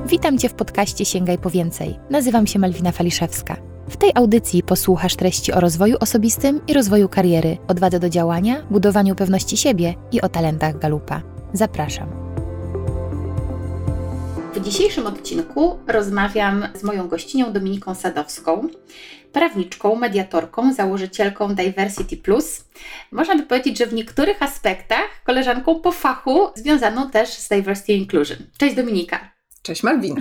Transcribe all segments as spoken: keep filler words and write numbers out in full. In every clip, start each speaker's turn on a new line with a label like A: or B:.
A: Witam Cię w podcaście Sięgaj po więcej. Nazywam się Malwina Faliszewska. W tej audycji posłuchasz treści o rozwoju osobistym i rozwoju kariery, odwadze do działania, budowaniu pewności siebie i o talentach Galupa. Zapraszam. W dzisiejszym odcinku rozmawiam z moją gościnią Dominiką Sadowską, prawniczką, mediatorką, założycielką Diversity Plus. Można by powiedzieć, że w niektórych aspektach koleżanką po fachu związaną też z Diversity Inclusion. Cześć Dominika.
B: Cześć Malwina.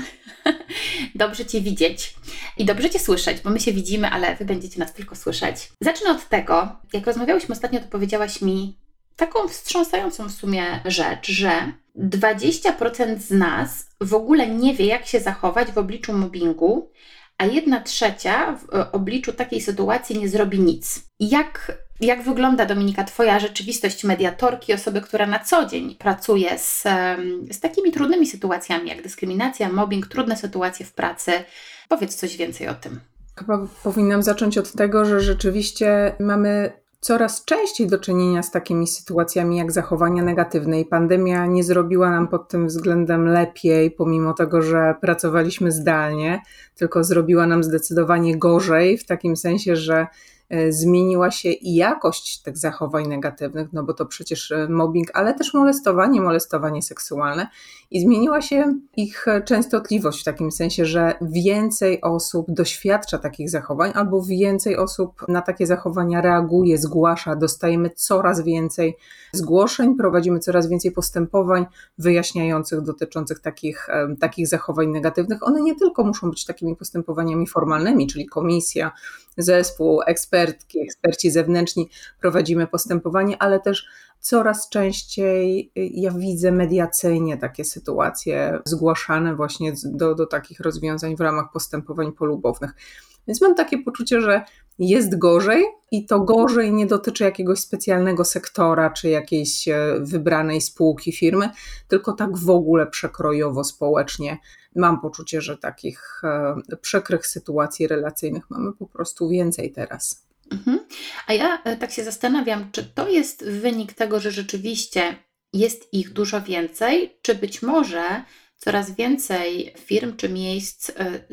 A: Dobrze Cię widzieć i dobrze Cię słyszeć, bo my się widzimy, ale Wy będziecie nas tylko słyszeć. Zacznę od tego, jak rozmawiałyśmy ostatnio, to powiedziałaś mi taką wstrząsającą w sumie rzecz, że dwadzieścia procent z nas w ogóle nie wie, jak się zachować w obliczu mobbingu, a jedna trzecia w obliczu takiej sytuacji nie zrobi nic. Jak, jak wygląda, Dominika, Twoja rzeczywistość mediatorki, osoby, która na co dzień pracuje z, z takimi trudnymi sytuacjami, jak dyskryminacja, mobbing, trudne sytuacje w pracy? Powiedz coś więcej o tym.
B: Chyba powinnam zacząć od tego, że rzeczywiście mamy coraz częściej do czynienia z takimi sytuacjami jak zachowania negatywne i pandemia nie zrobiła nam pod tym względem lepiej, pomimo tego, że pracowaliśmy zdalnie, tylko zrobiła nam zdecydowanie gorzej, w takim sensie, że zmieniła się i jakość tych zachowań negatywnych, no bo to przecież mobbing, ale też molestowanie, molestowanie seksualne i zmieniła się ich częstotliwość w takim sensie, że więcej osób doświadcza takich zachowań albo więcej osób na takie zachowania reaguje, zgłasza, dostajemy coraz więcej zgłoszeń, prowadzimy coraz więcej postępowań wyjaśniających dotyczących takich, takich zachowań negatywnych. One nie tylko muszą być takimi postępowaniami formalnymi, czyli komisja, zespół, ekspertki, eksperci zewnętrzni, prowadzimy postępowanie, ale też coraz częściej ja widzę mediacyjnie takie sytuacje zgłaszane właśnie do, do takich rozwiązań w ramach postępowań polubownych. Więc mam takie poczucie, że jest gorzej i to gorzej nie dotyczy jakiegoś specjalnego sektora czy jakiejś wybranej spółki, firmy, tylko tak w ogóle przekrojowo, społecznie. Mam poczucie, że takich przykrych sytuacji relacyjnych mamy po prostu więcej teraz.
A: Mhm. A ja tak się zastanawiam, czy to jest wynik tego, że rzeczywiście jest ich dużo więcej, czy być może coraz więcej firm czy miejsc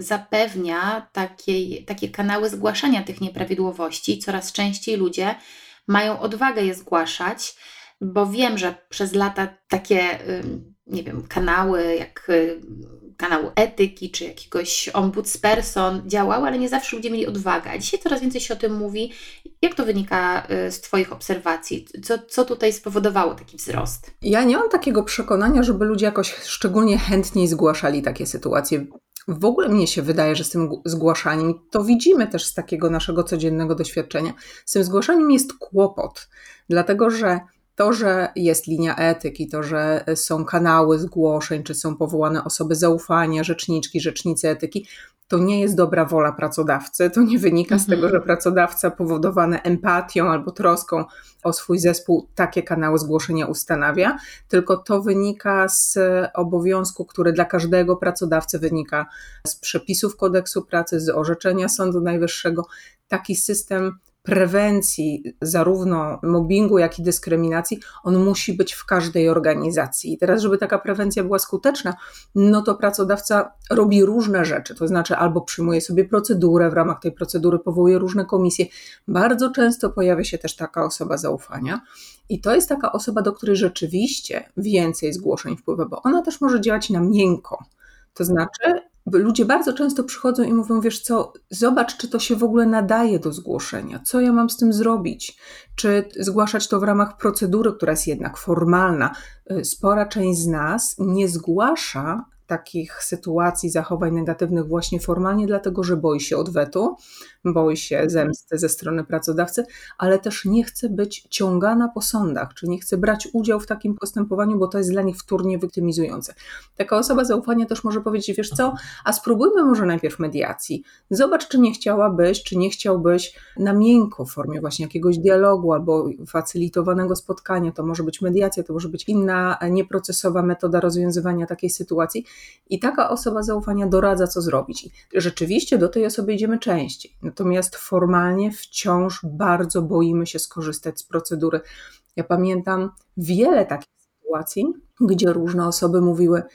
A: zapewnia takiej, takie kanały zgłaszania tych nieprawidłowości. Coraz częściej ludzie mają odwagę je zgłaszać, bo wiem, że przez lata takie, nie wiem, kanały jak kanał etyki czy jakiegoś ombudsperson działały, ale nie zawsze ludzie mieli odwagę. A dzisiaj coraz więcej się o tym mówi. Jak to wynika z Twoich obserwacji? Co, co tutaj spowodowało taki wzrost?
B: Ja nie mam takiego przekonania, żeby ludzie jakoś szczególnie chętniej zgłaszali takie sytuacje. W ogóle mnie się wydaje, że z tym zgłaszaniem, to widzimy też z takiego naszego codziennego doświadczenia, z tym zgłaszaniem jest kłopot, dlatego że to, że jest linia etyki, to, że są kanały zgłoszeń, czy są powołane osoby zaufania, rzeczniczki, rzecznicy etyki, to nie jest dobra wola pracodawcy. To nie wynika z tego, że pracodawca powodowany empatią albo troską o swój zespół takie kanały zgłoszenia ustanawia, tylko to wynika z obowiązku, który dla każdego pracodawcy wynika z przepisów kodeksu pracy, z orzeczenia Sądu Najwyższego. Taki system prewencji zarówno mobbingu, jak i dyskryminacji, on musi być w każdej organizacji. I teraz, żeby taka prewencja była skuteczna, no to pracodawca robi różne rzeczy, to znaczy albo przyjmuje sobie procedurę, w ramach tej procedury powołuje różne komisje. Bardzo często pojawia się też taka osoba zaufania i to jest taka osoba, do której rzeczywiście więcej zgłoszeń wpływa, bo ona też może działać na miękko. To znaczy ludzie bardzo często przychodzą i mówią, wiesz co, zobacz, czy to się w ogóle nadaje do zgłoszenia, co ja mam z tym zrobić, czy zgłaszać to w ramach procedury, która jest jednak formalna. Spora część z nas nie zgłasza takich sytuacji, zachowań negatywnych właśnie formalnie, dlatego że boi się odwetu, boi się zemsty ze strony pracodawcy, ale też nie chce być ciągana po sądach, czy nie chce brać udziału w takim postępowaniu, bo to jest dla nich wtórnie wyktymizujące. Taka osoba zaufania też może powiedzieć, wiesz co, a spróbujmy może najpierw mediacji. Zobacz, czy nie chciałabyś, czy nie chciałbyś na miękko w formie właśnie jakiegoś dialogu albo facylitowanego spotkania, to może być mediacja, to może być inna nieprocesowa metoda rozwiązywania takiej sytuacji i taka osoba zaufania doradza, co zrobić. I rzeczywiście do tej osoby idziemy częściej. Natomiast formalnie wciąż bardzo boimy się skorzystać z procedury. Ja pamiętam wiele takich sytuacji, gdzie różne osoby mówiły,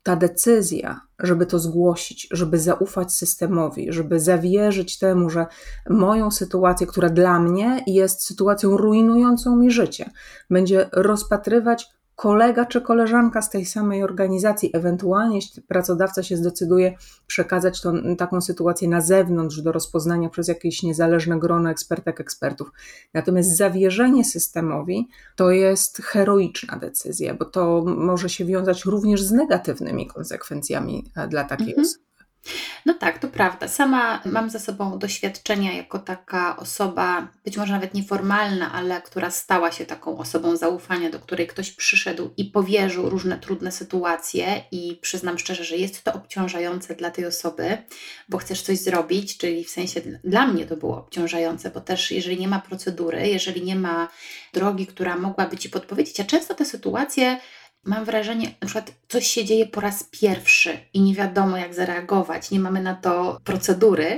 B: ta decyzja, żeby to zgłosić, żeby zaufać systemowi, żeby zawierzyć temu, że moją sytuację, która dla mnie jest sytuacją rujnującą mi życie, będzie rozpatrywać kolega czy koleżanka z tej samej organizacji, ewentualnie jeśli pracodawca się zdecyduje przekazać tą, taką sytuację na zewnątrz do rozpoznania przez jakieś niezależne grono ekspertek, ekspertów. Natomiast zawierzenie systemowi to jest heroiczna decyzja, bo to może się wiązać również z negatywnymi konsekwencjami dla takiej
A: Mhm.
B: osoby.
A: No tak, to prawda. Sama mam za sobą doświadczenia jako taka osoba, być może nawet nieformalna, ale która stała się taką osobą zaufania, do której ktoś przyszedł i powierzył różne trudne sytuacje i przyznam szczerze, że jest to obciążające dla tej osoby, bo chcesz coś zrobić, czyli w sensie dla mnie to było obciążające, bo też jeżeli nie ma procedury, jeżeli nie ma drogi, która mogłaby Ci podpowiedzieć, a często te sytuacje, mam wrażenie, na przykład coś się dzieje po raz pierwszy i nie wiadomo jak zareagować, nie mamy na to procedury,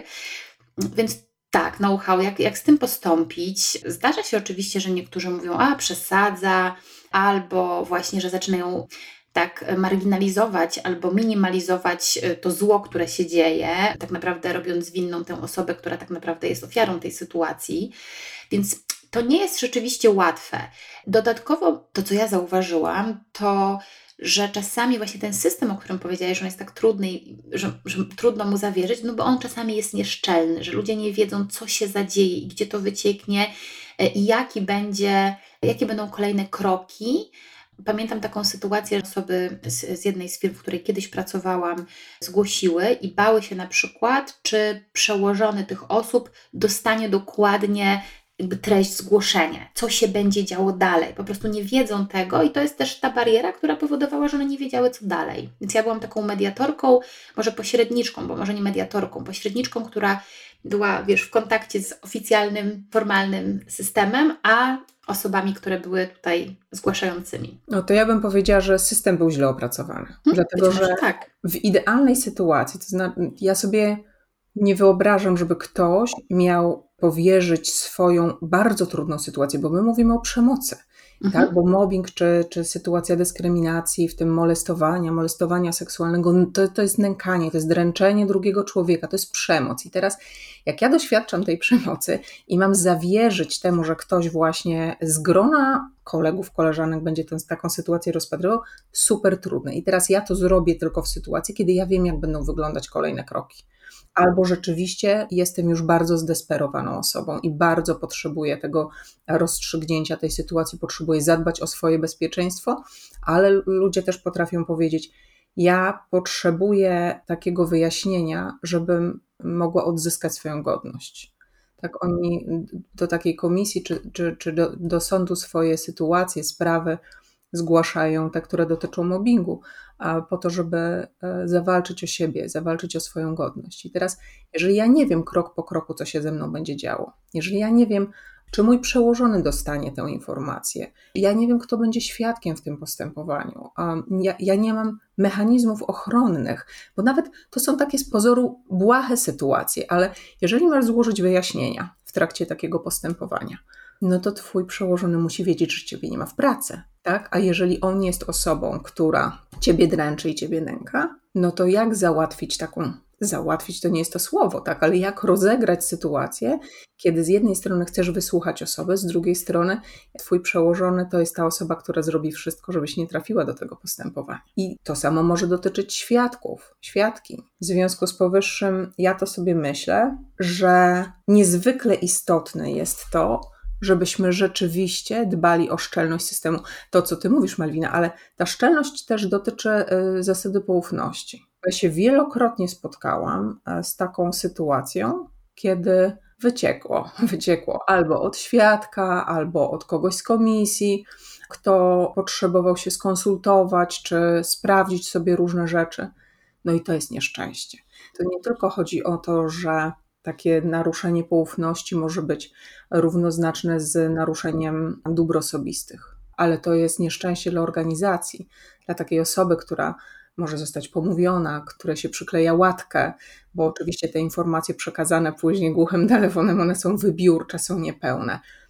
A: więc tak, know-how, jak, jak z tym postąpić. Zdarza się oczywiście, że niektórzy mówią, a przesadza, albo właśnie, że zaczynają tak marginalizować albo minimalizować to zło, które się dzieje, tak naprawdę robiąc winną tę osobę, która tak naprawdę jest ofiarą tej sytuacji, więc to nie jest rzeczywiście łatwe. Dodatkowo to, co ja zauważyłam, to że czasami właśnie ten system, o którym powiedziałeś, że on jest tak trudny, że, że trudno mu zawierzyć, no bo on czasami jest nieszczelny, że ludzie nie wiedzą, co się zadzieje i gdzie to wycieknie i jaki będzie, jakie będą kolejne kroki. Pamiętam taką sytuację, że osoby z, z jednej z firm, w której kiedyś pracowałam, zgłosiły i bały się na przykład, czy przełożony tych osób dostanie dokładnie jakby treść zgłoszenia, co się będzie działo dalej. Po prostu nie wiedzą tego i to jest też ta bariera, która powodowała, że one nie wiedziały, co dalej. Więc ja byłam taką mediatorką, może pośredniczką, bo może nie mediatorką, pośredniczką, która była, wiesz, w kontakcie z oficjalnym, formalnym systemem, a osobami, które były tutaj zgłaszającymi.
B: No to ja bym powiedziała, że system był źle opracowany. Hmm, dlatego, że
A: tak.
B: w idealnej sytuacji, to znaczy ja sobie nie wyobrażam, żeby ktoś miał powierzyć swoją bardzo trudną sytuację, bo my mówimy o przemocy, mhm. tak? Bo mobbing czy, czy sytuacja dyskryminacji, w tym molestowania, molestowania seksualnego, to, to jest nękanie, to jest dręczenie drugiego człowieka, to jest przemoc. I teraz jak ja doświadczam tej przemocy i mam zawierzyć temu, że ktoś właśnie z grona kolegów, koleżanek będzie tę, taką sytuację rozpatrywał, super trudne. I teraz ja to zrobię tylko w sytuacji, kiedy ja wiem, jak będą wyglądać kolejne kroki. Albo rzeczywiście jestem już bardzo zdesperowaną osobą i bardzo potrzebuję tego rozstrzygnięcia tej sytuacji, potrzebuję zadbać o swoje bezpieczeństwo, ale ludzie też potrafią powiedzieć, ja potrzebuję takiego wyjaśnienia, żebym mogła odzyskać swoją godność. Tak oni do takiej komisji czy, czy, czy do, do sądu swoje sytuacje, sprawy zgłaszają, te, które dotyczą mobbingu, a po to, żeby zawalczyć o siebie, zawalczyć o swoją godność. I teraz, jeżeli ja nie wiem krok po kroku, co się ze mną będzie działo, jeżeli ja nie wiem, czy mój przełożony dostanie tę informację, ja nie wiem, kto będzie świadkiem w tym postępowaniu, ja, ja nie mam mechanizmów ochronnych, bo nawet to są takie z pozoru błahe sytuacje, ale jeżeli masz złożyć wyjaśnienia w trakcie takiego postępowania, no to twój przełożony musi wiedzieć, że ciebie nie ma w pracy, tak? A jeżeli on jest osobą, która ciebie dręczy i ciebie nęka, no to jak załatwić taką, załatwić to nie jest to słowo, tak? Ale jak rozegrać sytuację, kiedy z jednej strony chcesz wysłuchać osoby, z drugiej strony twój przełożony to jest ta osoba, która zrobi wszystko, żebyś nie trafiła do tego postępowania. I to samo może dotyczyć świadków, świadki. W związku z powyższym ja to sobie myślę, że niezwykle istotne jest to, żebyśmy rzeczywiście dbali o szczelność systemu. To, co ty mówisz, Malwina, ale ta szczelność też dotyczy zasady poufności. Ja się wielokrotnie spotkałam z taką sytuacją, kiedy wyciekło, wyciekło albo od świadka, albo od kogoś z komisji, kto potrzebował się skonsultować, czy sprawdzić sobie różne rzeczy. No i to jest nieszczęście. To nie tylko chodzi o to, że takie naruszenie poufności może być równoznaczne z naruszeniem dóbr osobistych, ale to jest nieszczęście dla organizacji, dla takiej osoby, która może zostać pomówiona, której się przykleja łatkę, bo oczywiście te informacje przekazane później głuchym telefonem, one są wybiórcze, są niepełne.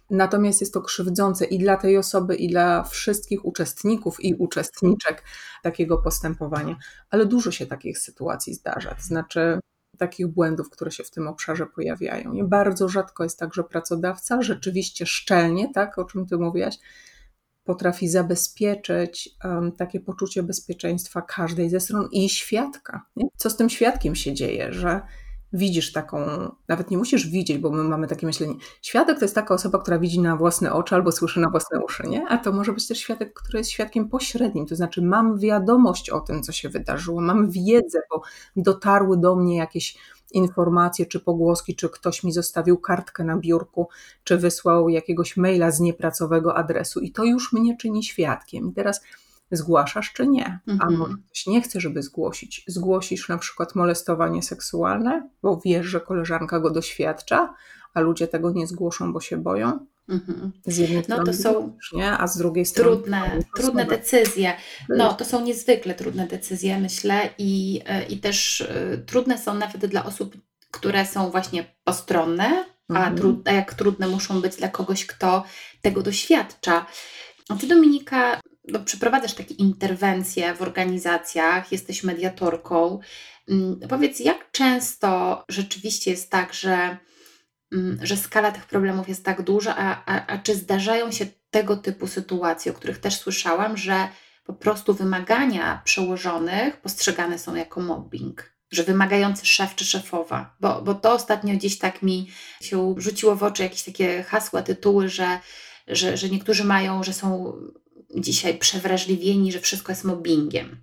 B: Natomiast jest to krzywdzące i dla tej osoby, i dla wszystkich uczestników i uczestniczek takiego postępowania. Ale dużo się takich sytuacji zdarza, to znaczy takich błędów, które się w tym obszarze pojawiają. I bardzo rzadko jest tak, że pracodawca rzeczywiście szczelnie, tak, o czym ty mówiłaś, potrafi zabezpieczyć um, takie poczucie bezpieczeństwa każdej ze stron i świadka. Nie? Co z tym świadkiem się dzieje, że widzisz taką, nawet nie musisz widzieć, bo my mamy takie myślenie, świadek to jest taka osoba, która widzi na własne oczy albo słyszy na własne uszy, nie? A to może być też świadek, który jest świadkiem pośrednim, to znaczy mam wiadomość o tym, co się wydarzyło, mam wiedzę, bo dotarły do mnie jakieś informacje, czy pogłoski, czy ktoś mi zostawił kartkę na biurku, czy wysłał jakiegoś maila z niepracowego adresu i to już mnie czyni świadkiem. I teraz zgłaszasz czy nie? A
A: Mhm.
B: może ktoś nie chce, żeby zgłosić. Zgłosisz na przykład molestowanie seksualne, bo wiesz, że koleżanka go doświadcza, a ludzie tego nie zgłoszą, bo się boją.
A: Mhm.
B: Z jednej
A: No
B: strony
A: to są
B: nie, a z drugiej strony
A: trudne, trudne decyzje. No to są niezwykle trudne decyzje, myślę, i, i też y, trudne są nawet dla osób, które są właśnie postronne, a,
B: Mhm.
A: trud, a jak trudne muszą być dla kogoś, kto tego doświadcza. A ty, Dominika, no, przeprowadzasz takie interwencje w organizacjach, jesteś mediatorką. Mm, Powiedz, jak często rzeczywiście jest tak, że, mm, że skala tych problemów jest tak duża, a, a, a czy zdarzają się tego typu sytuacje, o których też słyszałam, że po prostu wymagania przełożonych postrzegane są jako mobbing? Że wymagający szef czy szefowa, bo, bo to ostatnio gdzieś tak mi się rzuciło w oczy jakieś takie hasła, tytuły, że, że, że niektórzy mają, że są dzisiaj przewrażliwieni, że wszystko jest mobbingiem.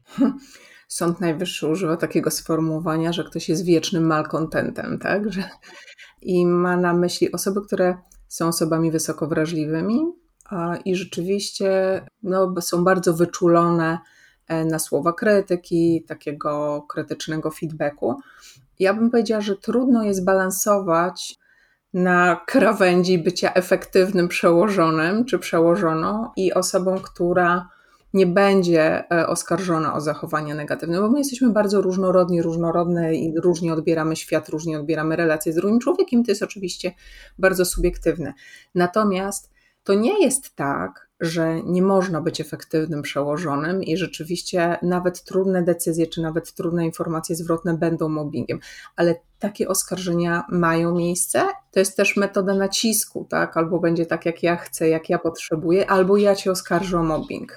B: Sąd Najwyższy używa takiego sformułowania, że ktoś jest wiecznym malkontentem, tak? Że... I ma na myśli osoby, które są osobami wysoko wrażliwymi a, i rzeczywiście no, są bardzo wyczulone na słowa krytyki, takiego krytycznego feedbacku. Ja bym powiedziała, że trudno jest balansować na krawędzi bycia efektywnym przełożonym czy przełożoną i osobą, która nie będzie oskarżona o zachowania negatywne, bo my jesteśmy bardzo różnorodni, różnorodne i różnie odbieramy świat, różnie odbieramy relacje z drugim człowiekiem, to jest oczywiście bardzo subiektywne. Natomiast to nie jest tak, że nie można być efektywnym przełożonym i rzeczywiście nawet trudne decyzje, czy nawet trudne informacje zwrotne będą mobbingiem, ale takie oskarżenia mają miejsce. To jest też metoda nacisku, tak? Albo będzie tak, jak ja chcę, jak ja potrzebuję, albo ja cię oskarżę o mobbing.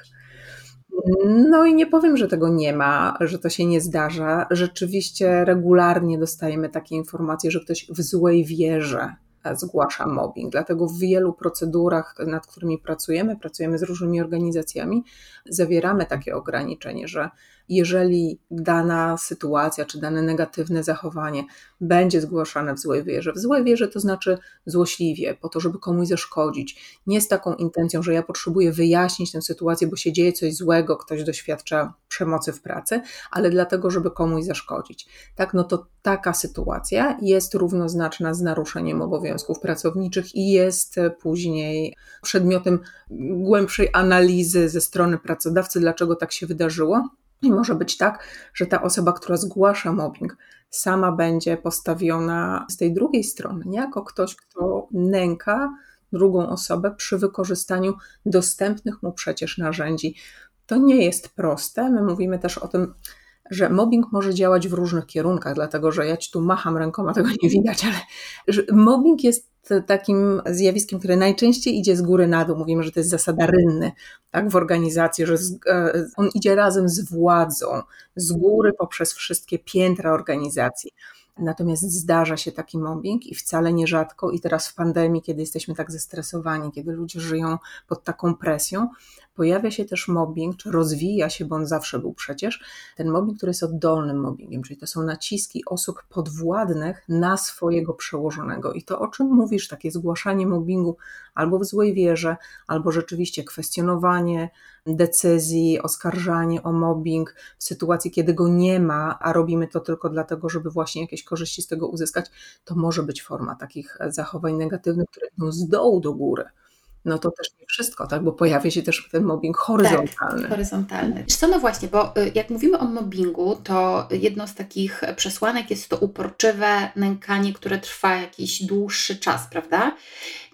B: No i nie powiem, że tego nie ma, że to się nie zdarza. Rzeczywiście regularnie dostajemy takie informacje, że ktoś w złej wierze zgłasza mobbing. Dlatego w wielu procedurach, nad którymi pracujemy, pracujemy z różnymi organizacjami, zawieramy takie ograniczenie, że jeżeli dana sytuacja czy dane negatywne zachowanie będzie zgłaszane w złej wierze, w złej wierze to znaczy złośliwie, po to, żeby komuś zaszkodzić, nie z taką intencją, że ja potrzebuję wyjaśnić tę sytuację, bo się dzieje coś złego, ktoś doświadcza przemocy w pracy, ale dlatego, żeby komuś zaszkodzić. Tak, no to taka sytuacja jest równoznaczna z naruszeniem obowiązków pracowniczych i jest później przedmiotem głębszej analizy ze strony pracodawcy, dlaczego tak się wydarzyło. I może być tak, że ta osoba, która zgłasza mobbing, sama będzie postawiona z tej drugiej strony, nie? Jako ktoś, kto nęka drugą osobę przy wykorzystaniu dostępnych mu przecież narzędzi. To nie jest proste. My mówimy też o tym, że mobbing może działać w różnych kierunkach, dlatego że ja ci tu macham rękoma, tego nie widać, ale że mobbing jest takim zjawiskiem, które najczęściej idzie z góry na dół. Mówimy, że to jest zasada rynny, tak, w organizacji, że z, on idzie razem z władzą, z góry poprzez wszystkie piętra organizacji. Natomiast zdarza się taki mobbing i wcale nierzadko i teraz w pandemii, kiedy jesteśmy tak zestresowani, kiedy ludzie żyją pod taką presją, pojawia się też mobbing, czy rozwija się, bo on zawsze był przecież, ten mobbing, który jest oddolnym mobbingiem, czyli to są naciski osób podwładnych na swojego przełożonego. I to, o czym mówisz, takie zgłaszanie mobbingu albo w złej wierze, albo rzeczywiście kwestionowanie decyzji, oskarżanie o mobbing w sytuacji, kiedy go nie ma, a robimy to tylko dlatego, żeby właśnie jakieś korzyści z tego uzyskać, to może być forma takich zachowań negatywnych, które idą z dołu do góry. No to też nie wszystko, tak? Bo pojawia się też ten mobbing horyzontalny.
A: Tak, horyzontalny. Wiesz co, no właśnie, bo jak mówimy o mobbingu, to jedną z takich przesłanek jest to uporczywe nękanie, które trwa jakiś dłuższy czas, prawda?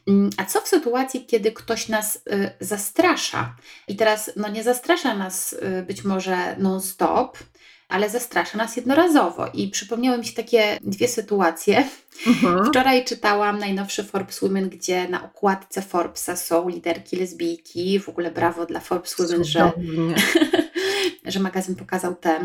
A: A co w sytuacji, kiedy ktoś nas y, zastrasza? I teraz no nie zastrasza nas y, być może non-stop, ale zastrasza nas jednorazowo. I przypomniały mi się takie dwie sytuacje.
B: Mhm.
A: Wczoraj czytałam najnowszy Forbes Women, gdzie na okładce Forbesa są liderki lesbijki. W ogóle brawo dla Forbes Women, że, że magazyn pokazał te,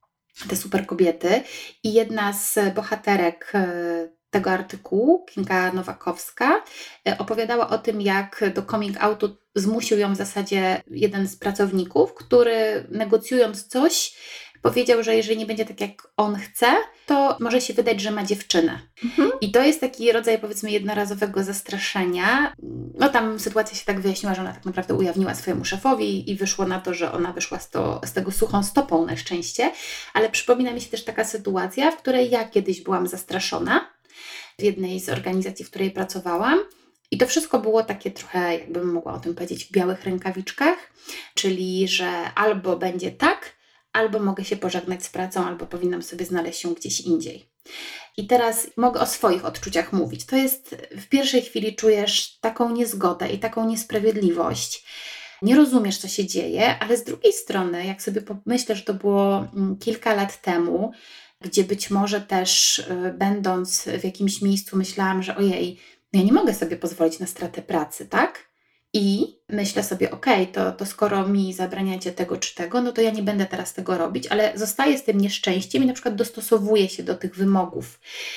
A: te super kobiety. I jedna z bohaterek tego artykułu, Kinga Nowakowska, opowiadała o tym, jak do coming outu zmusił ją w zasadzie jeden z pracowników, który negocjując coś powiedział, że jeżeli nie będzie tak, jak on chce, to może się wydać, że ma dziewczynę. Mhm. I to jest taki rodzaj, powiedzmy, jednorazowego zastraszenia. No tam sytuacja się tak wyjaśniła, że ona tak naprawdę ujawniła swojemu szefowi i wyszło na to, że ona wyszła z, to, z tego suchą stopą na szczęście. Ale przypomina mi się też taka sytuacja, w której ja kiedyś byłam zastraszona w jednej z organizacji, w której pracowałam. I to wszystko było takie trochę, jakbym mogła o tym powiedzieć, w białych rękawiczkach, czyli że albo będzie tak, albo mogę się pożegnać z pracą, albo powinnam sobie znaleźć się gdzieś indziej. I teraz mogę o swoich odczuciach mówić. To jest, w pierwszej chwili czujesz taką niezgodę i taką niesprawiedliwość. Nie rozumiesz, co się dzieje, ale z drugiej strony, jak sobie pomyślę, że to było kilka lat temu, gdzie być może też y, będąc w jakimś miejscu myślałam, że ojej, ja nie mogę sobie pozwolić na stratę pracy, tak? I myślę sobie, okej, okay, to, to skoro mi zabraniacie tego czy tego, no to ja nie będę teraz tego robić, ale zostaję z tym nieszczęściem i na przykład dostosowuję się do tych wymogów.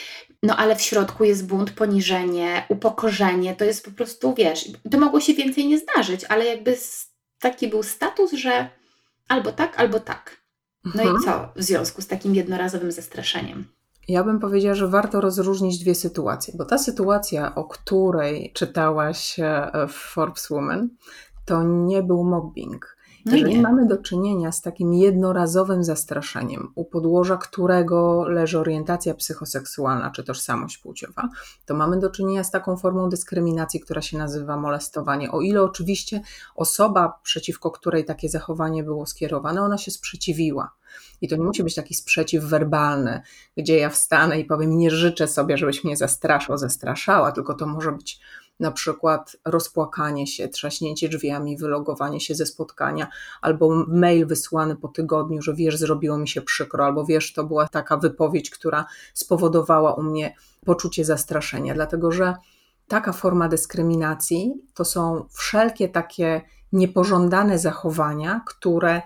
A: No ale w środku jest bunt, poniżenie, upokorzenie, to jest po prostu, wiesz, to mogło się więcej nie zdarzyć, ale jakby taki był status, że albo tak, albo tak. No mhm. I co w związku z takim jednorazowym zastraszeniem?
B: Ja bym powiedziała, że warto rozróżnić dwie sytuacje, bo ta sytuacja, o której czytałaś w Forbes Women, to nie był mobbing. Jeżeli nie. mamy do czynienia z takim jednorazowym zastraszeniem, u podłoża którego leży orientacja psychoseksualna czy tożsamość płciowa, to mamy do czynienia z taką formą dyskryminacji, która się nazywa molestowanie. O ile oczywiście osoba, przeciwko której takie zachowanie było skierowane, ona się sprzeciwiła. I to nie musi być taki sprzeciw werbalny, gdzie ja wstanę i powiem, nie życzę sobie, żebyś mnie zastraszał, zastraszała, tylko to może być na przykład rozpłakanie się, trzaśnięcie drzwiami, wylogowanie się ze spotkania, albo mail wysłany po tygodniu, że wiesz, zrobiło mi się przykro, albo wiesz, to była taka wypowiedź, która spowodowała u mnie poczucie zastraszenia, dlatego że taka forma dyskryminacji to są wszelkie takie niepożądane zachowania, które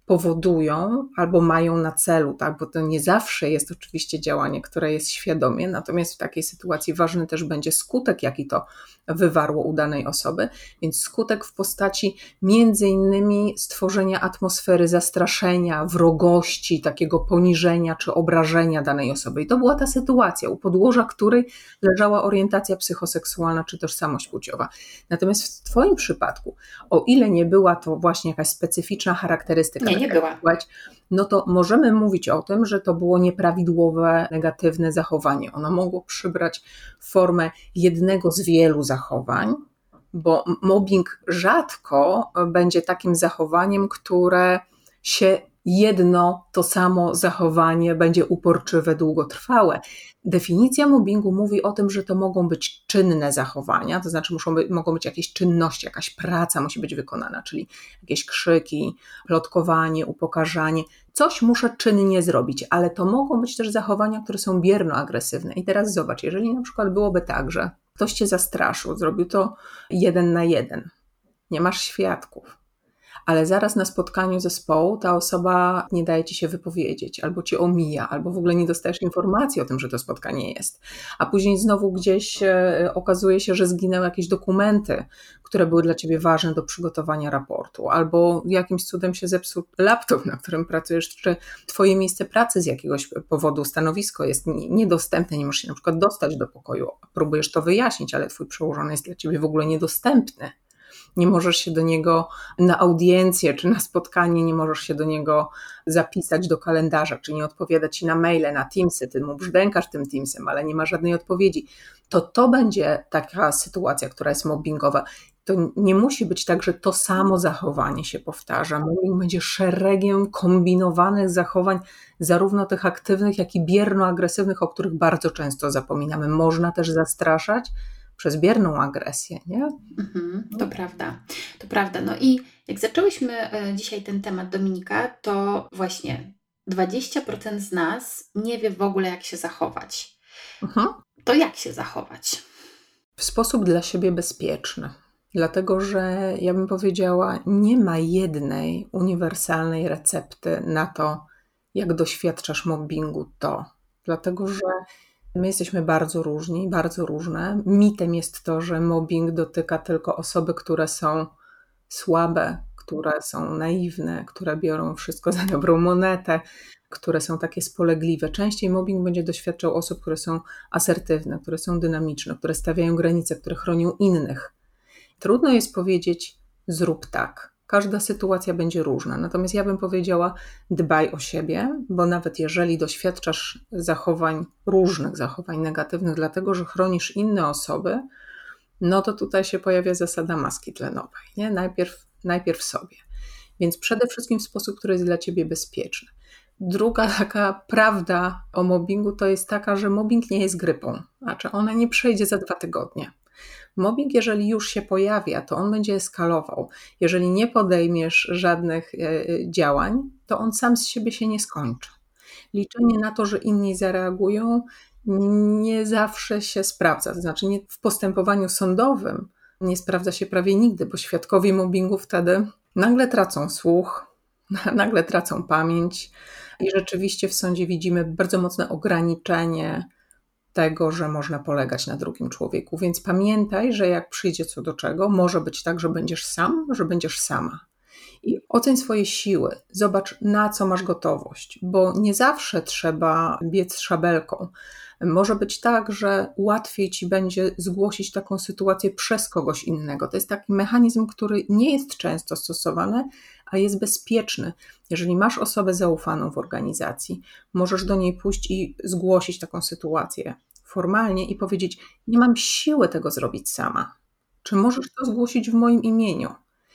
B: powodują albo mają na celu, tak? Bo to nie zawsze jest oczywiście działanie, które jest świadomie, natomiast w takiej sytuacji ważny też będzie skutek, jaki to wywarło u danej osoby, więc skutek w postaci między innymi stworzenia atmosfery zastraszenia, wrogości, takiego poniżenia czy obrażenia danej osoby. I to była ta sytuacja, u podłoża której leżała orientacja psychoseksualna czy tożsamość płciowa. Natomiast w Twoim przypadku, o ile nie była to właśnie jakaś specyficzna charakterystyka,
A: nie, nie była.
B: no to możemy mówić o tym, że to było nieprawidłowe, negatywne zachowanie. Ono mogło przybrać formę jednego z wielu zachowań, bo mobbing rzadko będzie takim zachowaniem, które się jedno, to samo zachowanie będzie uporczywe, długotrwałe. Definicja mobbingu mówi o tym, że to mogą być czynne zachowania, to znaczy muszą być, mogą być jakieś czynności, jakaś praca musi być wykonana, czyli jakieś krzyki, plotkowanie, upokarzanie. Coś muszę czynnie zrobić, ale to mogą być też zachowania, które są bierno-agresywne. I teraz zobacz, jeżeli na przykład byłoby tak, że ktoś cię zastraszył, zrobił to jeden na jeden, nie masz świadków, ale zaraz na spotkaniu zespołu ta osoba nie daje ci się wypowiedzieć, albo cię omija, albo w ogóle nie dostajesz informacji o tym, że to spotkanie jest. A później znowu gdzieś okazuje się, że zginęły jakieś dokumenty, które były dla ciebie ważne do przygotowania raportu, albo jakimś cudem się zepsuł laptop, na którym pracujesz, czy twoje miejsce pracy z jakiegoś powodu, stanowisko jest niedostępne, nie możesz się na przykład dostać do pokoju, próbujesz to wyjaśnić, ale twój przełożony jest dla ciebie w ogóle niedostępny. Nie możesz się do niego na audiencję czy na spotkanie, nie możesz się do niego zapisać do kalendarza, czy nie odpowiada ci na maile, na Teamsy, ty mu brzdękasz tym Teamsem, ale nie ma żadnej odpowiedzi. To to będzie taka sytuacja, która jest mobbingowa. To nie musi być tak, że to samo zachowanie się powtarza. Mobbing będzie szeregiem kombinowanych zachowań, zarówno tych aktywnych, jak i bierno-agresywnych, o których bardzo często zapominamy. Można też zastraszać, przez bierną agresję, nie?
A: Mhm, to prawda, to prawda. No i jak zaczęłyśmy e, dzisiaj ten temat, Dominika, to właśnie dwadzieścia procent z nas nie wie w ogóle, jak się zachować.
B: Mhm.
A: To jak się zachować?
B: W sposób dla siebie bezpieczny. Dlatego, że ja bym powiedziała, nie ma jednej uniwersalnej recepty na to, jak doświadczasz mobbingu to. Dlatego, że my jesteśmy bardzo różni, bardzo różne. Mitem jest to, że mobbing dotyka tylko osoby, które są słabe, które są naiwne, które biorą wszystko za dobrą monetę, które są takie spolegliwe. Częściej mobbing będzie doświadczał osób, które są asertywne, które są dynamiczne, które stawiają granice, które chronią innych. Trudno jest powiedzieć, zrób tak. Każda sytuacja będzie różna. Natomiast ja bym powiedziała, dbaj o siebie, bo nawet jeżeli doświadczasz zachowań, różnych zachowań negatywnych, dlatego że chronisz inne osoby, no to tutaj się pojawia zasada maski tlenowej. Nie? Najpierw, najpierw sobie. Więc przede wszystkim w sposób, który jest dla ciebie bezpieczny. Druga taka prawda o mobbingu to jest taka, że mobbing nie jest grypą. Znaczy ona nie przejdzie za dwa tygodnie. Mobbing, jeżeli już się pojawia, to on będzie eskalował. Jeżeli nie podejmiesz żadnych działań, to on sam z siebie się nie skończy. Liczenie na to, że inni zareagują, nie zawsze się sprawdza. To znaczy nie, w postępowaniu sądowym nie sprawdza się prawie nigdy, bo świadkowie mobbingu wtedy nagle tracą słuch, nagle tracą pamięć i rzeczywiście w sądzie widzimy bardzo mocne ograniczenie tego, że można polegać na drugim człowieku. Więc pamiętaj, że jak przyjdzie co do czego, może być tak, że będziesz sam, że będziesz sama. I oceń swoje siły, zobacz, na co masz gotowość, bo nie zawsze trzeba biec szabelką. Może być tak, że łatwiej ci będzie zgłosić taką sytuację przez kogoś innego. To jest taki mechanizm, który nie jest często stosowany, a jest bezpieczny. Jeżeli masz osobę zaufaną w organizacji, możesz do niej pójść i zgłosić taką sytuację formalnie i powiedzieć, nie mam siły tego zrobić sama. Czy możesz to zgłosić w moim imieniu?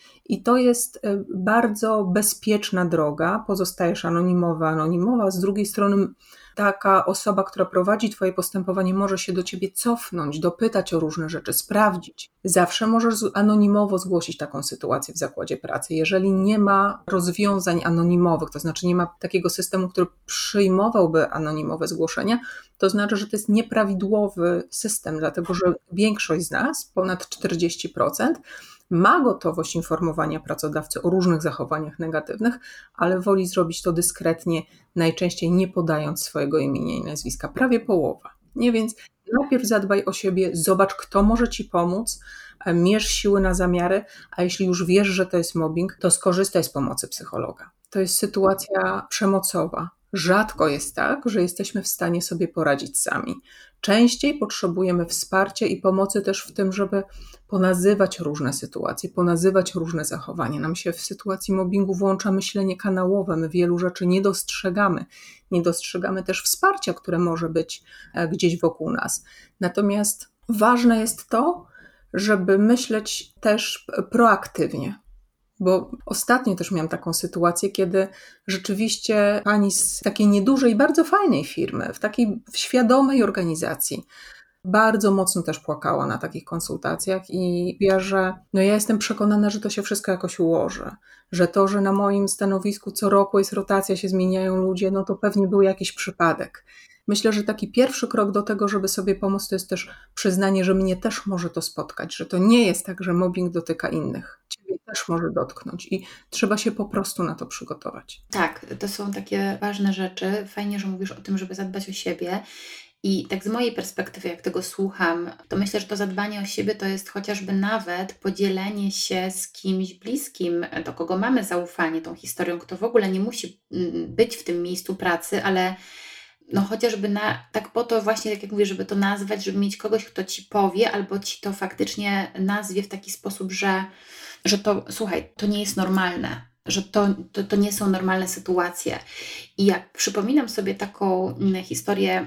B: I to jest bardzo bezpieczna droga, pozostajesz anonimowa, anonimowa, z drugiej strony taka osoba, która prowadzi twoje postępowanie, może się do ciebie cofnąć, dopytać o różne rzeczy, sprawdzić. Zawsze możesz anonimowo zgłosić taką sytuację w zakładzie pracy. Jeżeli nie ma rozwiązań anonimowych, to znaczy nie ma takiego systemu, który przyjmowałby anonimowe zgłoszenia, to znaczy, że to jest nieprawidłowy system, dlatego że większość z nas, ponad czterdzieści procent, ma gotowość informowania pracodawcy o różnych zachowaniach negatywnych, ale woli zrobić to dyskretnie, najczęściej nie podając swojego imienia i nazwiska. Prawie połowa. Nie? Więc najpierw zadbaj o siebie, zobacz, kto może ci pomóc, mierz siły na zamiary, a jeśli już wiesz, że to jest mobbing, to skorzystaj z pomocy psychologa. To jest sytuacja przemocowa. Rzadko jest tak, że jesteśmy w stanie sobie poradzić sami. Częściej potrzebujemy wsparcia i pomocy też w tym, żeby ponazywać różne sytuacje, ponazywać różne zachowania. Nam się w sytuacji mobbingu włącza myślenie kanałowe, my wielu rzeczy nie dostrzegamy. Nie dostrzegamy też wsparcia, które może być gdzieś wokół nas. Natomiast ważne jest to, żeby myśleć też proaktywnie. Bo ostatnio też miałam taką sytuację, kiedy rzeczywiście pani z takiej niedużej, bardzo fajnej firmy, w takiej świadomej organizacji, bardzo mocno też płakała na takich konsultacjach i wie, że no ja jestem przekonana, że to się wszystko jakoś ułoży, że to, że na moim stanowisku co roku jest rotacja, się zmieniają ludzie, no to pewnie był jakiś przypadek. Myślę, że taki pierwszy krok do tego, żeby sobie pomóc, to jest też przyznanie, że mnie też może to spotkać, że to nie jest tak, że mobbing dotyka innych. Ciebie też może dotknąć i trzeba się po prostu na to przygotować.
A: Tak, to są takie ważne rzeczy. Fajnie, że mówisz o tym, żeby zadbać o siebie. I tak z mojej perspektywy, jak tego słucham, to myślę, że to zadbanie o siebie to jest chociażby nawet podzielenie się z kimś bliskim, do kogo mamy zaufanie tą historią, kto w ogóle nie musi być w tym miejscu pracy, ale no chociażby na, tak po to właśnie, tak jak mówię, żeby to nazwać, żeby mieć kogoś, kto ci powie albo ci to faktycznie nazwie w taki sposób, że, że to, słuchaj, to nie jest normalne, że to, to, to nie są normalne sytuacje. I jak przypominam sobie taką historię,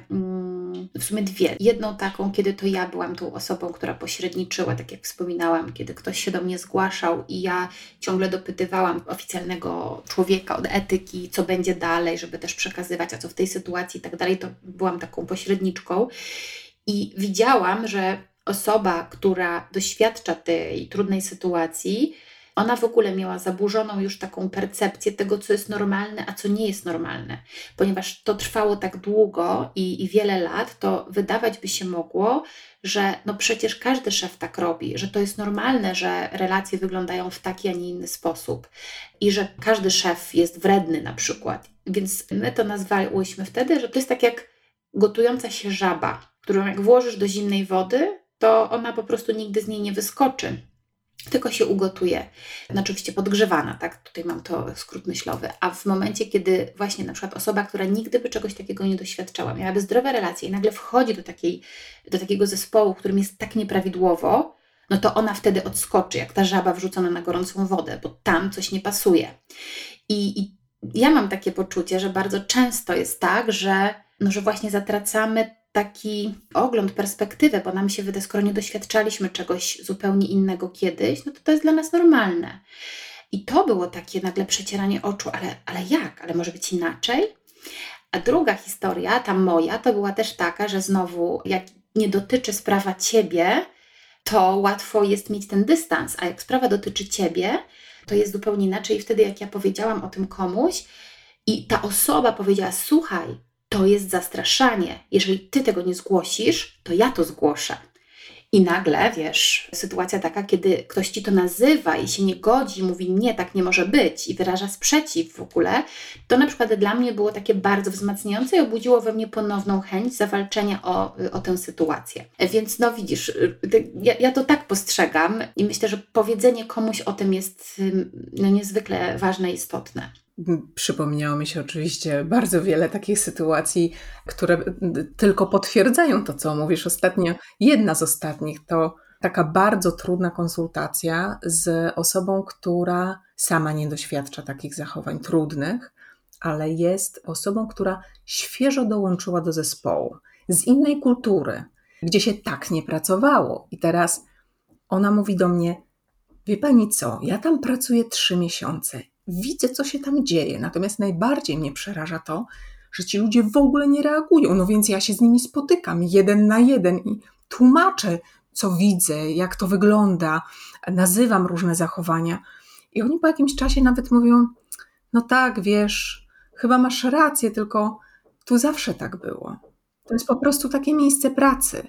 A: w sumie dwie. Jedną taką, kiedy to ja byłam tą osobą, która pośredniczyła, tak jak wspominałam, kiedy ktoś się do mnie zgłaszał i ja ciągle dopytywałam oficjalnego człowieka od etyki, co będzie dalej, żeby też przekazywać, a co w tej sytuacji i tak dalej, to byłam taką pośredniczką. I widziałam, że osoba, która doświadcza tej trudnej sytuacji, ona w ogóle miała zaburzoną już taką percepcję tego, co jest normalne, a co nie jest normalne. Ponieważ to trwało tak długo i, i wiele lat, to wydawać by się mogło, że no przecież każdy szef tak robi, że to jest normalne, że relacje wyglądają w taki, a nie inny sposób i że każdy szef jest wredny na przykład. Więc my to nazwałyśmy wtedy, że to jest tak jak gotująca się żaba, którą jak włożysz do zimnej wody, to ona po prostu nigdy z niej nie wyskoczy, tylko się ugotuje. No oczywiście podgrzewana, tak? Tutaj mam to skrót myślowy. A w momencie, kiedy właśnie na przykład osoba, która nigdy by czegoś takiego nie doświadczała, miałaby zdrowe relacje i nagle wchodzi do, takiej, do takiego zespołu, w którym jest tak nieprawidłowo, no to ona wtedy odskoczy, jak ta żaba wrzucona na gorącą wodę, bo tam coś nie pasuje. I, i ja mam takie poczucie, że bardzo często jest tak, że, no, że właśnie zatracamy taki ogląd, perspektywę, bo nam się wydaje, skoro nie doświadczaliśmy czegoś zupełnie innego kiedyś, no to to jest dla nas normalne. I to było takie nagle przecieranie oczu, ale, ale jak? Ale może być inaczej? A druga historia, ta moja, to była też taka, że znowu, jak nie dotyczy sprawa Ciebie, to łatwo jest mieć ten dystans, a jak sprawa dotyczy Ciebie, to jest zupełnie inaczej. I wtedy, jak ja powiedziałam o tym komuś i ta osoba powiedziała, słuchaj, to jest zastraszanie. Jeżeli Ty tego nie zgłosisz, to ja to zgłoszę. I nagle, wiesz, sytuacja taka, kiedy ktoś Ci to nazywa i się nie godzi, mówi nie, tak nie może być i wyraża sprzeciw w ogóle, to na przykład dla mnie było takie bardzo wzmacniające i obudziło we mnie ponowną chęć zawalczenia o, o tę sytuację. Więc no widzisz, ja, ja to tak postrzegam i myślę, że powiedzenie komuś o tym jest no, niezwykle ważne i istotne.
B: Przypomniało mi się oczywiście bardzo wiele takich sytuacji, które tylko potwierdzają to, co mówisz. Ostatnio, jedna z ostatnich to taka bardzo trudna konsultacja z osobą, która sama nie doświadcza takich zachowań trudnych, ale jest osobą, która świeżo dołączyła do zespołu, z innej kultury, gdzie się tak nie pracowało. I teraz ona mówi do mnie, wie pani co, ja tam pracuję trzy miesiące. Widzę, co się tam dzieje, natomiast najbardziej mnie przeraża to, że ci ludzie w ogóle nie reagują, no więc ja się z nimi spotykam jeden na jeden i tłumaczę, co widzę, jak to wygląda, nazywam różne zachowania i oni po jakimś czasie nawet mówią, no tak, wiesz, chyba masz rację, tylko tu zawsze tak było. To jest po prostu takie miejsce pracy.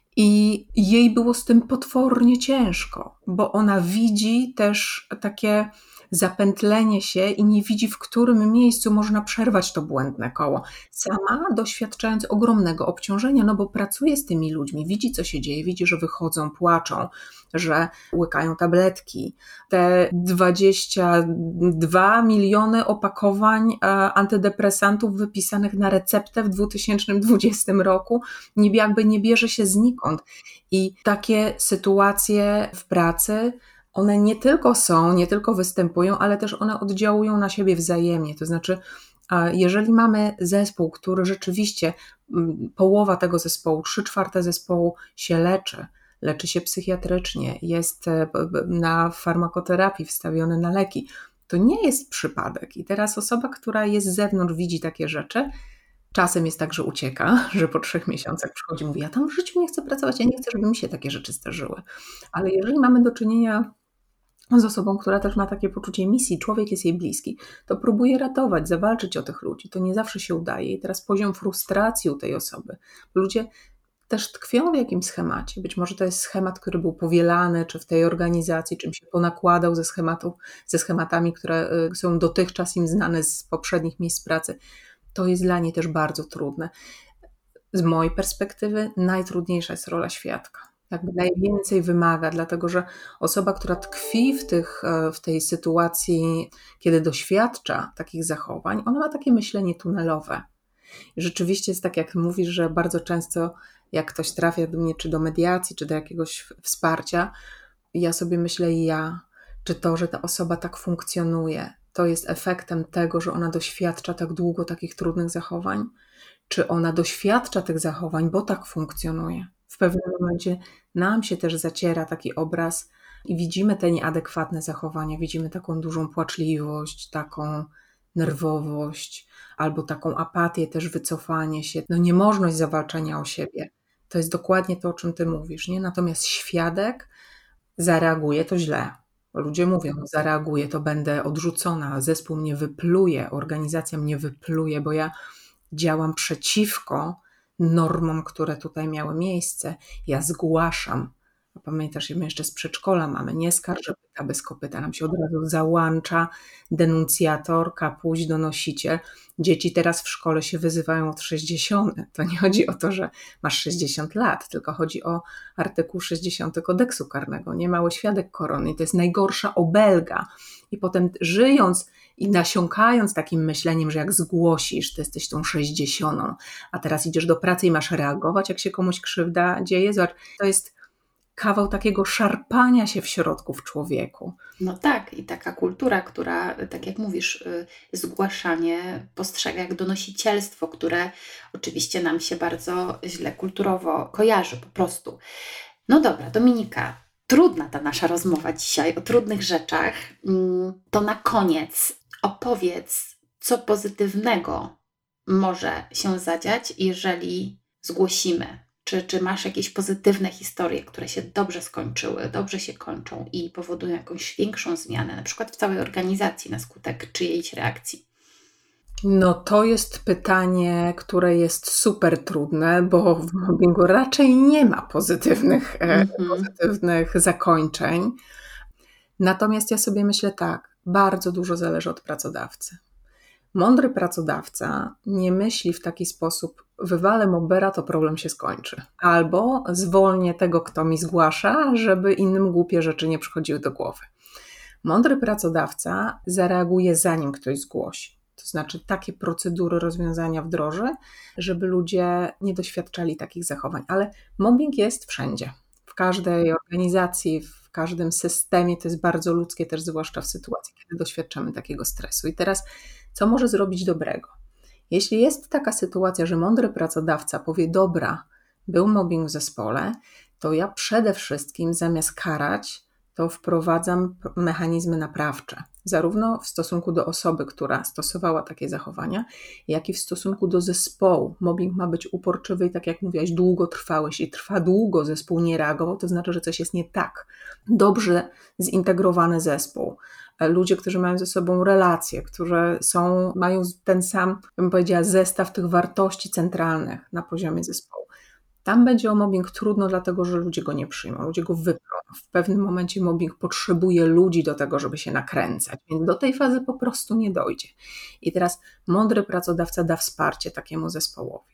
B: I jej było z tym potwornie ciężko, bo ona widzi też takie zapętlenie się i nie widzi, w którym miejscu można przerwać to błędne koło. Sama doświadczając ogromnego obciążenia, no bo pracuje z tymi ludźmi, widzi, co się dzieje, widzi, że wychodzą, płaczą, że łykają tabletki. Te dwadzieścia dwa miliony opakowań antydepresantów wypisanych na receptę w dwa tysiące dwudziestym roku jakby nie bierze się znikąd. I takie sytuacje w pracy, one nie tylko są, nie tylko występują, ale też one oddziałują na siebie wzajemnie. To znaczy, jeżeli mamy zespół, który rzeczywiście, połowa tego zespołu, trzy czwarte zespołu się leczy, leczy się psychiatrycznie, jest na farmakoterapii, wstawiony na leki, to nie jest przypadek. I teraz osoba, która jest z zewnątrz, widzi takie rzeczy, czasem jest tak, że ucieka, że po trzech miesiącach przychodzi i mówi, ja tam w życiu nie chcę pracować, ja nie chcę, żeby mi się takie rzeczy zdarzyły. Ale jeżeli mamy do czynienia z osobą, która też ma takie poczucie misji, człowiek jest jej bliski, to próbuje ratować, zawalczyć o tych ludzi. To nie zawsze się udaje. I teraz poziom frustracji u tej osoby. Ludzie też tkwią w jakimś schemacie. Być może to jest schemat, który był powielany, czy w tej organizacji, czym się ponakładał ze schematów, ze schematami, które są dotychczas im znane z poprzednich miejsc pracy. To jest dla niej też bardzo trudne. Z mojej perspektywy najtrudniejsza jest rola świadka. Jakby najwięcej wymaga, dlatego że osoba, która tkwi w, tych, w tej sytuacji, kiedy doświadcza takich zachowań, ona ma takie myślenie tunelowe. I rzeczywiście jest tak, jak mówisz, że bardzo często jak ktoś trafia do mnie, czy do mediacji, czy do jakiegoś wsparcia, ja sobie myślę, ja, czy to, że ta osoba tak funkcjonuje, to jest efektem tego, że ona doświadcza tak długo takich trudnych zachowań, czy ona doświadcza tych zachowań, bo tak funkcjonuje. W pewnym momencie nam się też zaciera taki obraz i widzimy te nieadekwatne zachowania, widzimy taką dużą płaczliwość, taką nerwowość, albo taką apatię, też wycofanie się, no niemożność zawalczenia o siebie. to jest dokładnie to, o czym ty mówisz, nie? Natomiast świadek zareaguje, to źle. Ludzie mówią, no zareaguję, to będę odrzucona, zespół mnie wypluje, organizacja mnie wypluje, bo ja działam przeciwko normom, które tutaj miały miejsce. Ja zgłaszam. Pamiętasz, my jeszcze z przedszkola mamy, nie skarż, że pyta bez kopyta, nam się od razu załącza denuncjator, kapuś, donosiciel. Dzieci teraz w szkole się wyzywają od sześćdziesiąt. To nie chodzi o to, że masz sześćdziesiąt lat, tylko chodzi o artykuł sześćdziesiąty kodeksu karnego, nie mały świadek koronny. To jest najgorsza obelga. I potem żyjąc i nasiąkając takim myśleniem, że jak zgłosisz, to jesteś tą sześćdziesiątą, a teraz idziesz do pracy i masz reagować, jak się komuś krzywda dzieje. Zobacz, to jest kawał takiego szarpania się w środku w człowieku.
A: No tak, i taka kultura, która, tak jak mówisz, zgłaszanie postrzega jak donosicielstwo, które oczywiście nam się bardzo źle kulturowo kojarzy po prostu. No dobra, Dominika, trudna ta nasza rozmowa dzisiaj o trudnych rzeczach. To na koniec opowiedz, co pozytywnego może się zadziać, jeżeli zgłosimy. Czy, czy masz jakieś pozytywne historie, które się dobrze skończyły, dobrze się kończą i powodują jakąś większą zmianę, na przykład w całej organizacji na skutek czyjejś reakcji?
B: No to jest pytanie, które jest super trudne, bo w mobbingu raczej nie ma pozytywnych, mm-hmm. pozytywnych zakończeń. Natomiast ja sobie myślę tak, bardzo dużo zależy od pracodawcy. Mądry pracodawca nie myśli w taki sposób, wywalę mobbera, to problem się skończy. Albo zwolnię tego, kto mi zgłasza, żeby innym głupie rzeczy nie przychodziły do głowy. Mądry pracodawca zareaguje, zanim ktoś zgłosi. To znaczy takie procedury rozwiązania wdroży, żeby ludzie nie doświadczali takich zachowań. Ale mobbing jest wszędzie. W każdej organizacji, w każdym systemie to jest bardzo ludzkie, też zwłaszcza w sytuacji, kiedy doświadczamy takiego stresu. I teraz co może zrobić dobrego? Jeśli jest taka sytuacja, że mądry pracodawca powie, dobra, był mobbing w zespole, to ja przede wszystkim zamiast karać, to wprowadzam mechanizmy naprawcze. Zarówno w stosunku do osoby, która stosowała takie zachowania, jak i w stosunku do zespołu. Mobbing ma być uporczywy i tak jak mówiłaś, długotrwały. Jeśli trwa długo, zespół nie reagował, to znaczy, że coś jest nie tak. Dobrze zintegrowany zespół. Ludzie, którzy mają ze sobą relacje, którzy są, mają ten sam, bym powiedziała, zestaw tych wartości centralnych na poziomie zespołu. Tam będzie o mobbing trudno, dlatego że ludzie go nie przyjmą, ludzie go wyprą. W pewnym momencie mobbing potrzebuje ludzi do tego, żeby się nakręcać, więc do tej fazy po prostu nie dojdzie. I teraz mądry pracodawca da wsparcie takiemu zespołowi.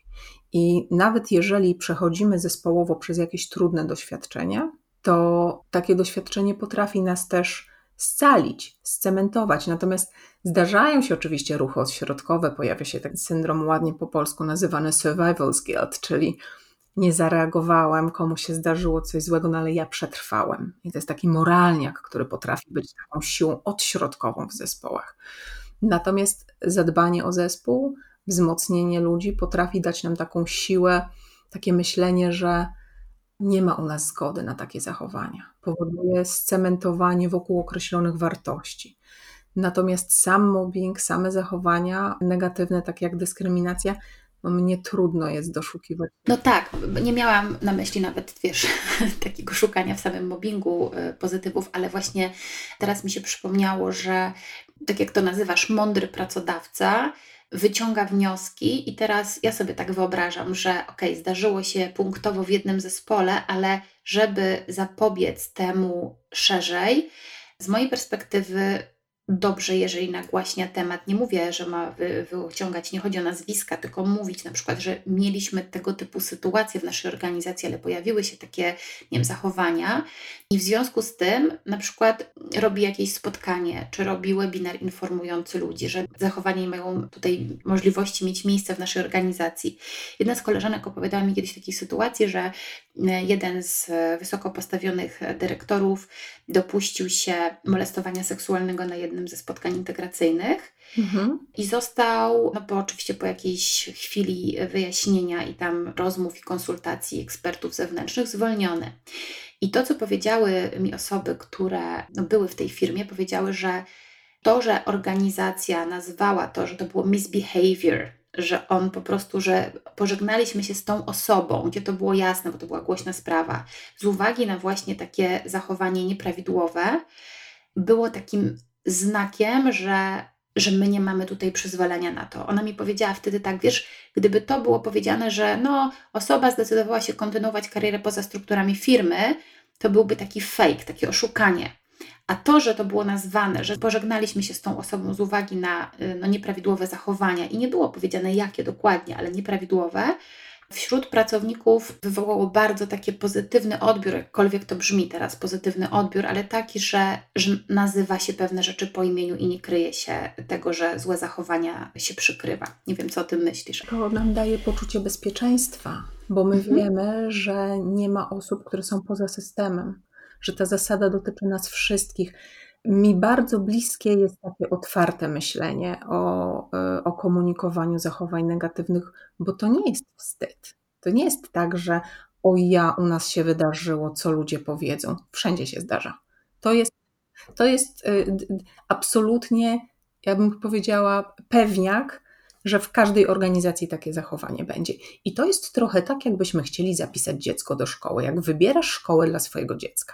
B: I nawet jeżeli przechodzimy zespołowo przez jakieś trudne doświadczenia, to takie doświadczenie potrafi nas też scalić, scementować. Natomiast zdarzają się oczywiście ruchy odśrodkowe, pojawia się ten syndrom ładnie po polsku nazywany survival's guilt, czyli nie zareagowałem, komuś się zdarzyło coś złego, no ale ja przetrwałem. I to jest taki moralniak, który potrafi być taką siłą odśrodkową w zespołach. Natomiast zadbanie o zespół, wzmocnienie ludzi potrafi dać nam taką siłę, takie myślenie, że nie ma u nas zgody na takie zachowania. Powoduje scementowanie wokół określonych wartości. Natomiast sam mobbing, same zachowania negatywne, takie jak dyskryminacja, no mnie trudno jest doszukiwać.
A: No tak, nie miałam na myśli nawet, wiesz, takiego szukania w samym mobbingu pozytywów, ale właśnie teraz mi się przypomniało, że tak jak to nazywasz, mądry pracodawca wyciąga wnioski i teraz ja sobie tak wyobrażam, że okej, okay, zdarzyło się punktowo w jednym zespole, ale żeby zapobiec temu szerzej, z mojej perspektywy dobrze, jeżeli nagłaśnia temat. Nie mówię, że ma wy, wyciągać, nie chodzi o nazwiska, tylko mówić na przykład, że mieliśmy tego typu sytuacje w naszej organizacji, ale pojawiły się takie, nie wiem, zachowania i w związku z tym na przykład robi jakieś spotkanie, czy robi webinar informujący ludzi, że zachowania nie mają tutaj możliwości mieć miejsca w naszej organizacji. Jedna z koleżanek opowiadała mi kiedyś takiej sytuacji, że jeden z wysoko postawionych dyrektorów dopuścił się molestowania seksualnego na jednym ze spotkań integracyjnych mhm. i został, no bo oczywiście po jakiejś chwili wyjaśnienia i tam rozmów i konsultacji ekspertów zewnętrznych zwolniony. I to, co powiedziały mi osoby, które no, były w tej firmie, powiedziały, że to, że organizacja nazwała to, że to było misbehavior, że on po prostu, że pożegnaliśmy się z tą osobą, gdzie to było jasne, bo to była głośna sprawa, z uwagi na właśnie takie zachowanie nieprawidłowe, było takim znakiem, że, że my nie mamy tutaj przyzwolenia na to. Ona mi powiedziała wtedy tak, wiesz, gdyby to było powiedziane, że no, osoba zdecydowała się kontynuować karierę poza strukturami firmy, to byłby taki fake, takie oszukanie. A to, że to było nazwane, że pożegnaliśmy się z tą osobą z uwagi na no, nieprawidłowe zachowania i nie było powiedziane jakie dokładnie, ale nieprawidłowe, wśród pracowników wywołało bardzo taki pozytywny odbiór, jakkolwiek to brzmi teraz, pozytywny odbiór, ale taki, że, że nazywa się pewne rzeczy po imieniu i nie kryje się tego, że złe zachowania się przykrywa. Nie wiem, co o tym myślisz.
B: To nam daje poczucie bezpieczeństwa, bo my mhm. wiemy, że nie ma osób, które są poza systemem, że ta zasada dotyczy nas wszystkich. Mi bardzo bliskie jest takie otwarte myślenie o, o komunikowaniu zachowań negatywnych, bo to nie jest wstyd. To nie jest tak, że o ja, u nas się wydarzyło, co ludzie powiedzą. Wszędzie się zdarza. To jest, to jest absolutnie, ja bym powiedziała, pewniak, że w każdej organizacji takie zachowanie będzie. I to jest trochę tak, jakbyśmy chcieli zapisać dziecko do szkoły. Jak wybierasz szkołę dla swojego dziecka,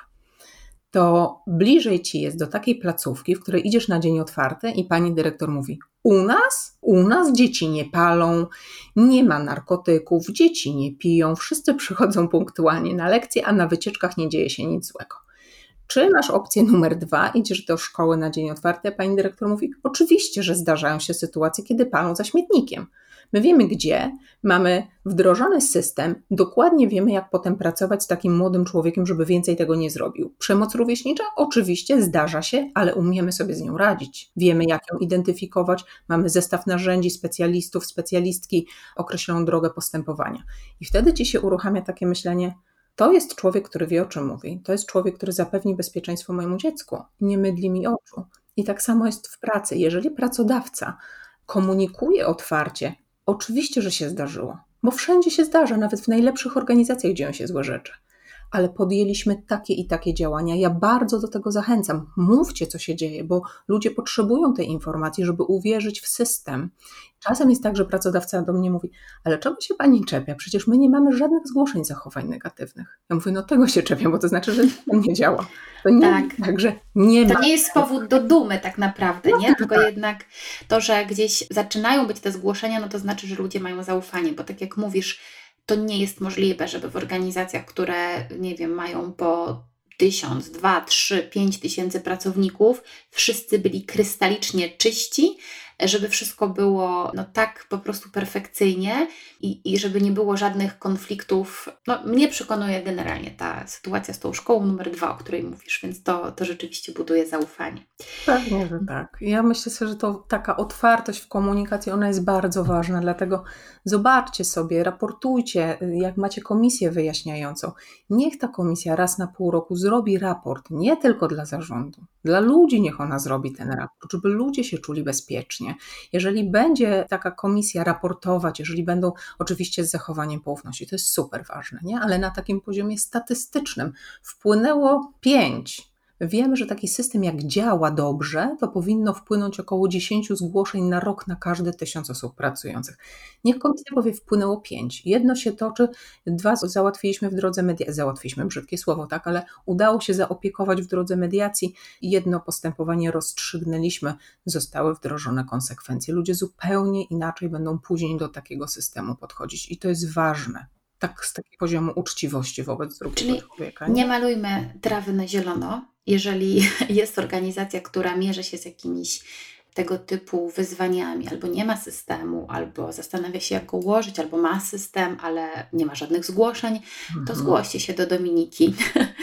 B: to bliżej ci jest do takiej placówki, w której idziesz na dzień otwarty i pani dyrektor mówi: u nas, u nas dzieci nie palą, nie ma narkotyków, dzieci nie piją, wszyscy przychodzą punktualnie na lekcje, a na wycieczkach nie dzieje się nic złego. Czy masz opcję numer dwa, idziesz do szkoły na dzień otwarty, a pani dyrektor mówi: oczywiście, że zdarzają się sytuacje, kiedy palą za śmietnikiem. My wiemy gdzie, mamy wdrożony system, dokładnie wiemy, jak potem pracować z takim młodym człowiekiem, żeby więcej tego nie zrobił. Przemoc rówieśnicza? Oczywiście zdarza się, ale umiemy sobie z nią radzić. Wiemy, jak ją identyfikować, mamy zestaw narzędzi, specjalistów, specjalistki, określoną drogę postępowania. I wtedy ci się uruchamia takie myślenie: to jest człowiek, który wie, o czym mówi. To jest człowiek, który zapewni bezpieczeństwo mojemu dziecku. Nie mydli mi oczu. I tak samo jest w pracy. Jeżeli pracodawca komunikuje otwarcie, oczywiście, że się zdarzyło, bo wszędzie się zdarza, nawet w najlepszych organizacjach dzieją się złe rzeczy. Ale podjęliśmy takie i takie działania. Ja bardzo do tego zachęcam. Mówcie, co się dzieje, bo ludzie potrzebują tej informacji, żeby uwierzyć w system. Czasem jest tak, że pracodawca do mnie mówi: ale czego się pani czepia? Przecież my nie mamy żadnych zgłoszeń zachowań negatywnych. Ja mówię: no tego się czepiam, bo to znaczy, że system nie działa. To nie
A: tak.
B: jest tak, że nie ma.
A: To nie jest powód do dumy tak naprawdę, nie? Tylko jednak to, że gdzieś zaczynają być te zgłoszenia, no to znaczy, że ludzie mają zaufanie, bo tak jak mówisz, to nie jest możliwe, żeby w organizacjach, które, nie wiem, mają po tysiąc, dwa, trzy, pięć tysięcy pracowników, wszyscy byli krystalicznie czyści, żeby wszystko było no tak po prostu perfekcyjnie i, i żeby nie było żadnych konfliktów. No, mnie przekonuje generalnie ta sytuacja z tą szkołą numer dwa, o której mówisz, więc to, to rzeczywiście buduje zaufanie.
B: Pewnie, że tak. Ja myślę sobie, że to taka otwartość w komunikacji, ona jest bardzo ważna, dlatego zobaczcie sobie, raportujcie, jak macie komisję wyjaśniającą. Niech ta komisja raz na pół roku zrobi raport, nie tylko dla zarządu, dla ludzi niech ona zrobi ten raport, żeby ludzie się czuli bezpiecznie. Jeżeli będzie taka komisja raportować, jeżeli będą oczywiście z zachowaniem poufności, to jest super ważne, nie? Ale na takim poziomie statystycznym wpłynęło pięć. Wiemy, że taki system jak działa dobrze, to powinno wpłynąć około dziesięć zgłoszeń na rok na każde tysiąc osób pracujących. Niech komisja powie: wpłynęło pięć. Jedno się toczy, dwa załatwiliśmy w drodze mediacji, załatwiliśmy brzydkie słowo, tak, ale udało się zaopiekować w drodze mediacji. Jedno postępowanie rozstrzygnęliśmy, zostały wdrożone konsekwencje. Ludzie zupełnie inaczej będą później do takiego systemu podchodzić i to jest ważne. Tak z takiego poziomu uczciwości wobec drugiego
A: Czyli
B: człowieka.
A: Nie? nie malujmy trawy na zielono. Jeżeli jest organizacja, która mierzy się z jakimiś tego typu wyzwaniami, albo nie ma systemu, albo zastanawia się, jak go ułożyć, albo ma system, ale nie ma żadnych zgłoszeń,
B: Mhm.
A: to zgłoście się do Dominiki.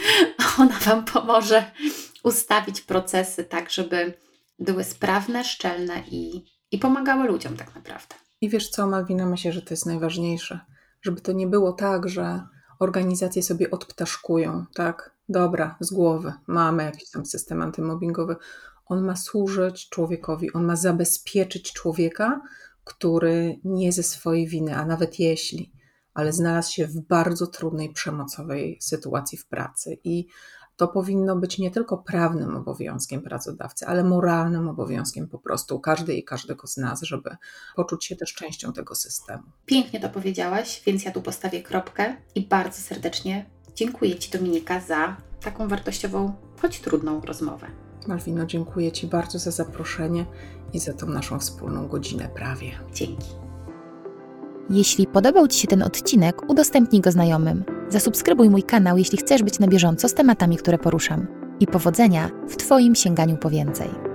A: Ona Wam pomoże ustawić procesy tak, żeby były sprawne, szczelne i, i pomagały ludziom tak naprawdę.
B: I wiesz co, Malwina, myślę, że to jest najważniejsze. Żeby to nie było tak, że organizacje sobie odptaszkują, tak? Dobra, z głowy, mamy jakiś tam system antymobbingowy. On ma służyć człowiekowi, on ma zabezpieczyć człowieka, który nie ze swojej winy, a nawet jeśli, ale znalazł się w bardzo trudnej, przemocowej sytuacji w pracy. I to powinno być nie tylko prawnym obowiązkiem pracodawcy, ale moralnym obowiązkiem po prostu każdej i każdego z nas, żeby poczuć się też częścią tego systemu.
A: Pięknie to powiedziałaś, więc ja tu postawię kropkę i bardzo serdecznie dziękuję Ci, Dominika, za taką wartościową, choć trudną rozmowę.
B: Malwino, dziękuję Ci bardzo za zaproszenie i za tą naszą wspólną godzinę prawie.
A: Dzięki.
C: Jeśli podobał Ci się ten odcinek, udostępnij go znajomym. Zasubskrybuj mój kanał, jeśli chcesz być na bieżąco z tematami, które poruszam. I powodzenia w Twoim sięganiu po więcej.